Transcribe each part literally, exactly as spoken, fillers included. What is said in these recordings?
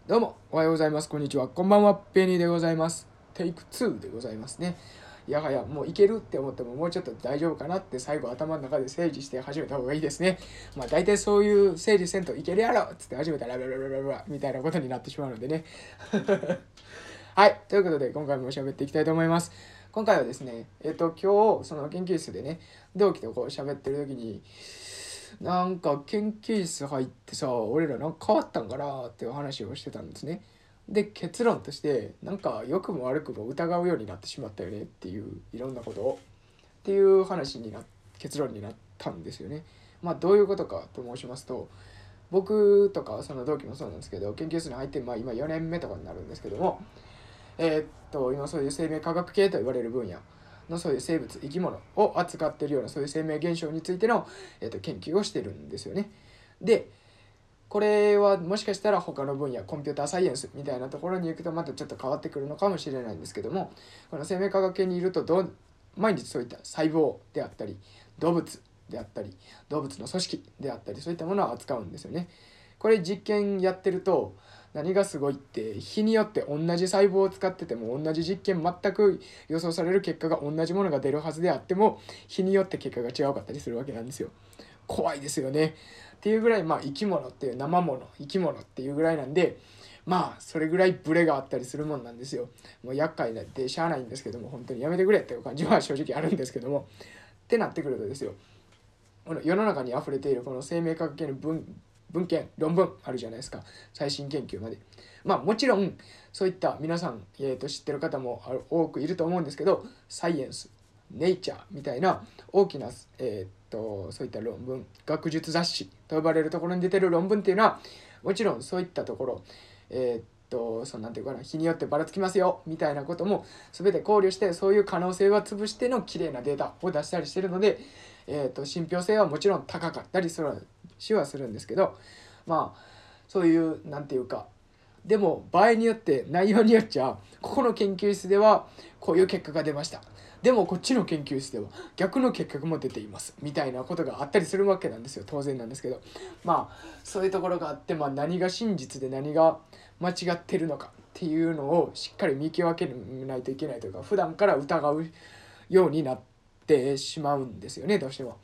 どうもおはようございます。こんにちは。こんばんは。ペニーでございます。テイクツーでございますね。やはやもういけるって思ってももうちょっと大丈夫かなって最後頭の中で整理して始めた方がいいですね。まあ大体そういう整理せんといけるやろっつって始めたらララララララみたいなことになってしまうのでね。はい。ということで今回も喋っていきたいと思います。今回はですね、えっと今日その研究室でね、同期とこう喋ってる時に、なんか研究室入ってさ、俺らなんか変わったんかなっていう話をしてたんですね。で、結論として、なんか良くも悪くも疑うようになってしまったよねっていう、いろんなことを。っていう話にな、結論になったんですよね。まあどういうことかと申しますと、僕とかその同期もそうなんですけど、研究室に入って、まあ今よねんめとかになるんですけども、えーっと、今そういう生命科学系と言われる分野のそういう生物、生き物を扱っているようなそういう生命現象についての、えーっと研究をしてるんですよね。で、これはもしかしたら他の分野、コンピューターサイエンスみたいなところに行くとまたちょっと変わってくるのかもしれないんですけども、この生命科学系にいるとど毎日そういった細胞であったり、動物であったり、動物の組織であったり、そういったものを扱うんですよね。これ実験やってると、何がすごいって日によって同じ細胞を使ってても同じ実験全く予想される結果が同じものが出るはずであっても日によって結果が違うかったりするわけなんですよ。怖いですよね。っていうぐらいまあ生き物っていう生物生き物っていうぐらいなんで、まあそれぐらいブレがあったりするもんなんですよ。もう厄介なってしゃあないんですけども、本当にやめてくれっていう感じは正直あるんですけども、ってなってくるとですよ、この世の中に溢れているこの生命科学系の文文献論文あるじゃないですか、最新研究まで。まあもちろんそういった皆さん、えー、と知ってる方も多くいると思うんですけど、サイエンス、ネイチャーみたいな大きな、えー、とそういった論文、学術雑誌と呼ばれるところに出てる論文っていうのはもちろんそういったところ、えー、とそのなんていうかな、日によってばらつきますよみたいなことも全て考慮して、そういう可能性は潰しての綺麗なデータを出したりしてるので、えー、と信憑性はもちろん高かったりするしはするんですけど、まあそういうなんていうか、でも場合によって内容によっちゃ、ここの研究室ではこういう結果が出ました、でもこっちの研究室では逆の結果も出ていますみたいなことがあったりするわけなんですよ。当然なんですけど、まあそういうところがあって、まあ、何が真実で何が間違ってるのかっていうのをしっかり見極めないといけないというか、普段から疑うようになってしまうんですよね、どうしても。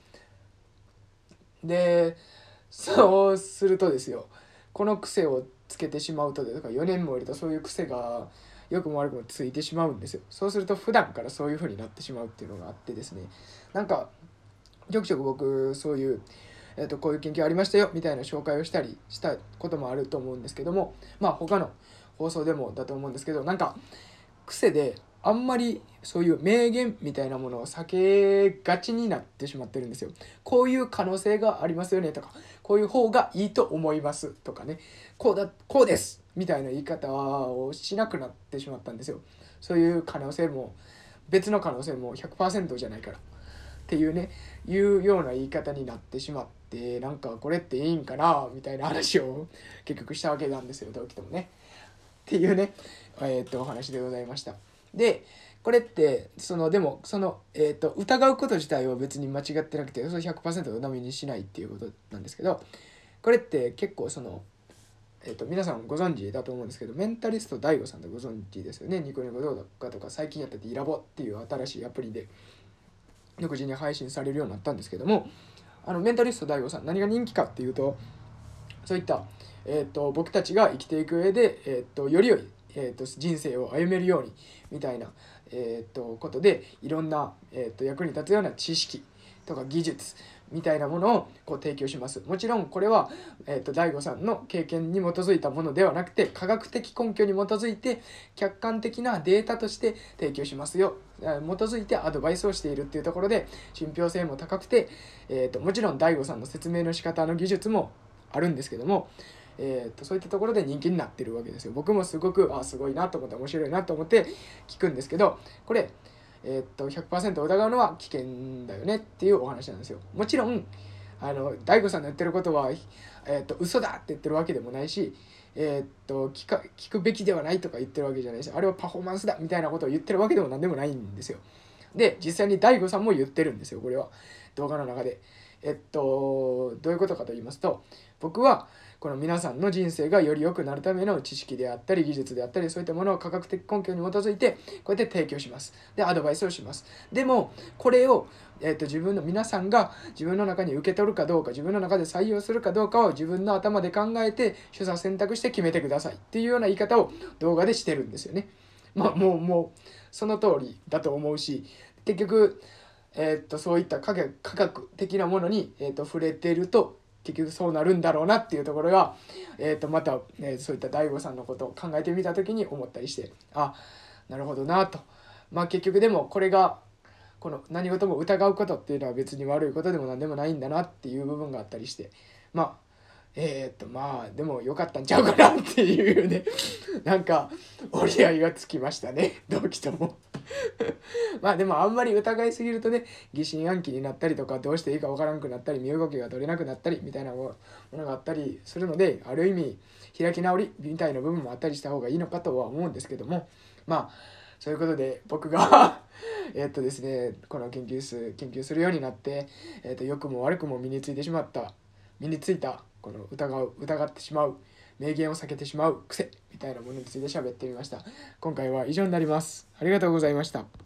で、そうするとですよ、この癖をつけてしまうととかよねんもいるとそういう癖が良くも悪くもついてしまうんですよ。そうすると普段からそういう風になってしまうっていうのがあってですね、なんかちょくちょく僕そういう、えー、とこういう研究ありましたよみたいな紹介をしたりしたこともあると思うんですけども、まあ他の放送でもだと思うんですけど、なんか癖であんまりそういう名言みたいなものを避けがちになってしまってるんですよ。こういう可能性がありますよねとか、こういう方がいいと思いますとかね、こうだこうですみたいな言い方をしなくなってしまったんですよ。そういう可能性も別の可能性もひゃくパーセントじゃないからっていうね、いうような言い方になってしまって、なんかこれっていいんかなみたいな話を結局したわけなんですよ、同期ともね。っていうね、えー、っとお話でございました。で、これってそのでもその、えー、っと疑うこと自体は別に間違ってなくて、それひゃくパーセント鵜呑みにしないっていうことなんですけど、これって結構その、えー、っと皆さんご存知だと思うんですけど、メンタリスト ダイゴ さんでご存知ですよね。ニコニコ動画とか最近やっててイラボっていう新しいアプリで独自に配信されるようになったんですけども、あのメンタリスト ダイゴ さん何が人気かっていうと、そういった、えー、と僕たちが生きていく上で、えー、とより良い、えー、と人生を歩めるようにみたいな、えー、とことでいろんな、えー、と役に立つような知識とか技術みたいなものをこう提供します。もちろんこれは、えー、と ダイゴ さんの経験に基づいたものではなくて、科学的根拠に基づいて客観的なデータとして提供しますよ、基づいてアドバイスをしているっていうところで信憑性も高くて、えー、ともちろん ダイゴ さんの説明の仕方の技術もあるんですけども、えー、とそういったところで人気になってるわけですよ。僕もすごくあすごいなと思って面白いなと思って聞くんですけど、これ、えー、と ひゃくパーセント 疑うのは危険だよねっていうお話なんですよ。もちろんあの大悟さんの言ってることは、えー、と嘘だって言ってるわけでもないし、えー、と聞か聞くべきではないとか言ってるわけじゃないし、あれはパフォーマンスだみたいなことを言ってるわけでも何でもないんですよ。で実際に大悟さんも言ってるんですよ、これは動画の中で。えっとどういうことかと言いますと、僕はここの皆さんの人生がより良くなるための知識であったり技術であったり、そういったものを科学的根拠に基づいてこうやって提供します。でアドバイスをします。でもこれを、えー、と自分の皆さんが自分の中に受け取るかどうか、自分の中で採用するかどうかを自分の頭で考えて取捨選択して決めてくださいっていうような言い方を動画でしてるんですよね。まあもうもうその通りだと思うし、結局えー、っとそういった科学科学的なものに、えー、っと触れていると結局そうなるんだろうなっていうところが、えー、とまた、えー、そういった大悟さんのことを考えてみた時に思ったりして、あ、なるほどなと。まあ結局でもこれがこの何事も疑うことっていうのは別に悪いことでも何でもないんだなっていう部分があったりして、まあえー、っとまあでも良かったんちゃうかなっていうねなんか折り合いがつきましたね、同期ともまあでもあんまり疑いすぎるとね、疑心暗鬼になったりとか、どうしていいかわからなくなったり、身動きが取れなくなったりみたいなものがあったりするので、ある意味開き直りみたいな部分もあったりした方がいいのかとは思うんですけども、まあそういうことで僕がえっとですねこの研究室研究するようになって、えっと良くも悪くも身についてしまった身についたこの疑う疑ってしまう名言を避けてしまう癖みたいなものについて喋ってみました。今回は以上になります。ありがとうございました。